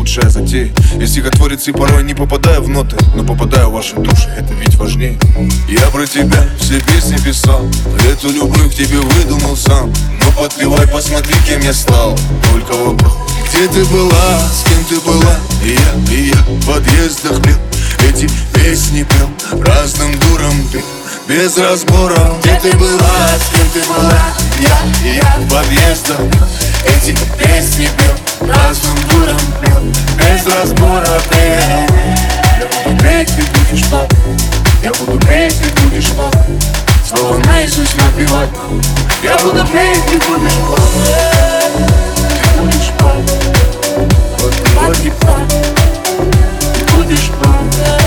лучшая затея. Я стихотворец и порой не попадаю в ноты, но попадаю в ваши души, это ведь важнее. Я про тебя все песни писал, эту любовь к тебе выдумал сам. Ну подпевай, посмотри, кем я стал. Только вопрос: где ты была, с кем ты была? И я в подъездах пел эти песни, пел разным дурам, пел без разбора. Где ты была, с кем ты была? И я в подъездах пел эти песни, пел разным дурам, пел без разбора. Я буду петь, ты будешь плакать. Я буду петь, ты будешь плакать. Снова наизусть напевать. Я буду петь, ты будешь плакать. Ты будешь плакать. Вот и плакать. Ты будешь плакать.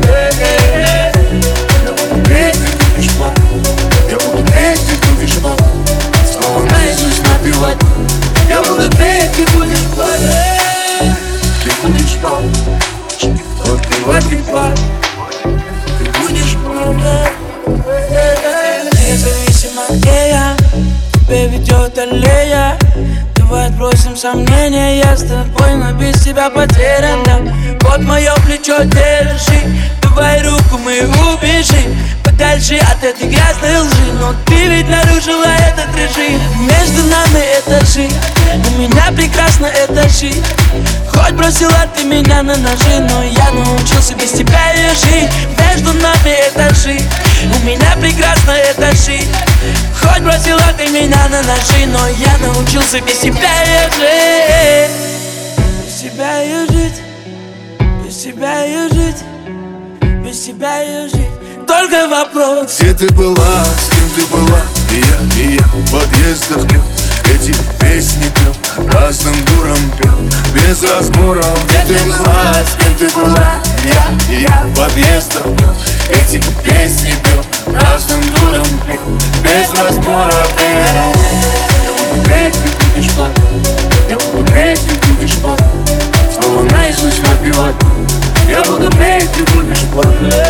Я буду петь, ты будешь плакать. Я буду петь, ты будешь плакать. Снова наизусть напевать. Я буду петь, ты будешь плакать. Ты будешь плакать. Вот и плакать. Ты будешь плакать. Независимо где я, тебя ведет аллея. Давай отбросим сомнения, я с тобой, но без тебя потерян, да. Вот мое плечо держи, давай руку мы убежим подальше от этой грязной лжи. Но ты ведь нарушила этот режим. Между нами этажи, у меня прекрасно это жить. Хоть бросила ты меня на ножи, но я научился без тебя и жить. Между нами этажи, у меня прекрасно это жить. Хоть бросила ты меня на ножи, но я научился без тебя и жить. Без тебя и жить, без тебя и жить, без тебя и жить. Только вопрос: где ты была, с кем ты была? И я в подъездах пел эти песни, пел разным дурам, пел без разбора. Где ты была, с кем ты была? И я в подъездах пел эти песни, пел разным дурам, пел без разбора. Я буду петь, ты будешь плакать. Я буду петь, ты будешь плакать. Снова наизусть напевать. Я буду петь, ты будешь плакать.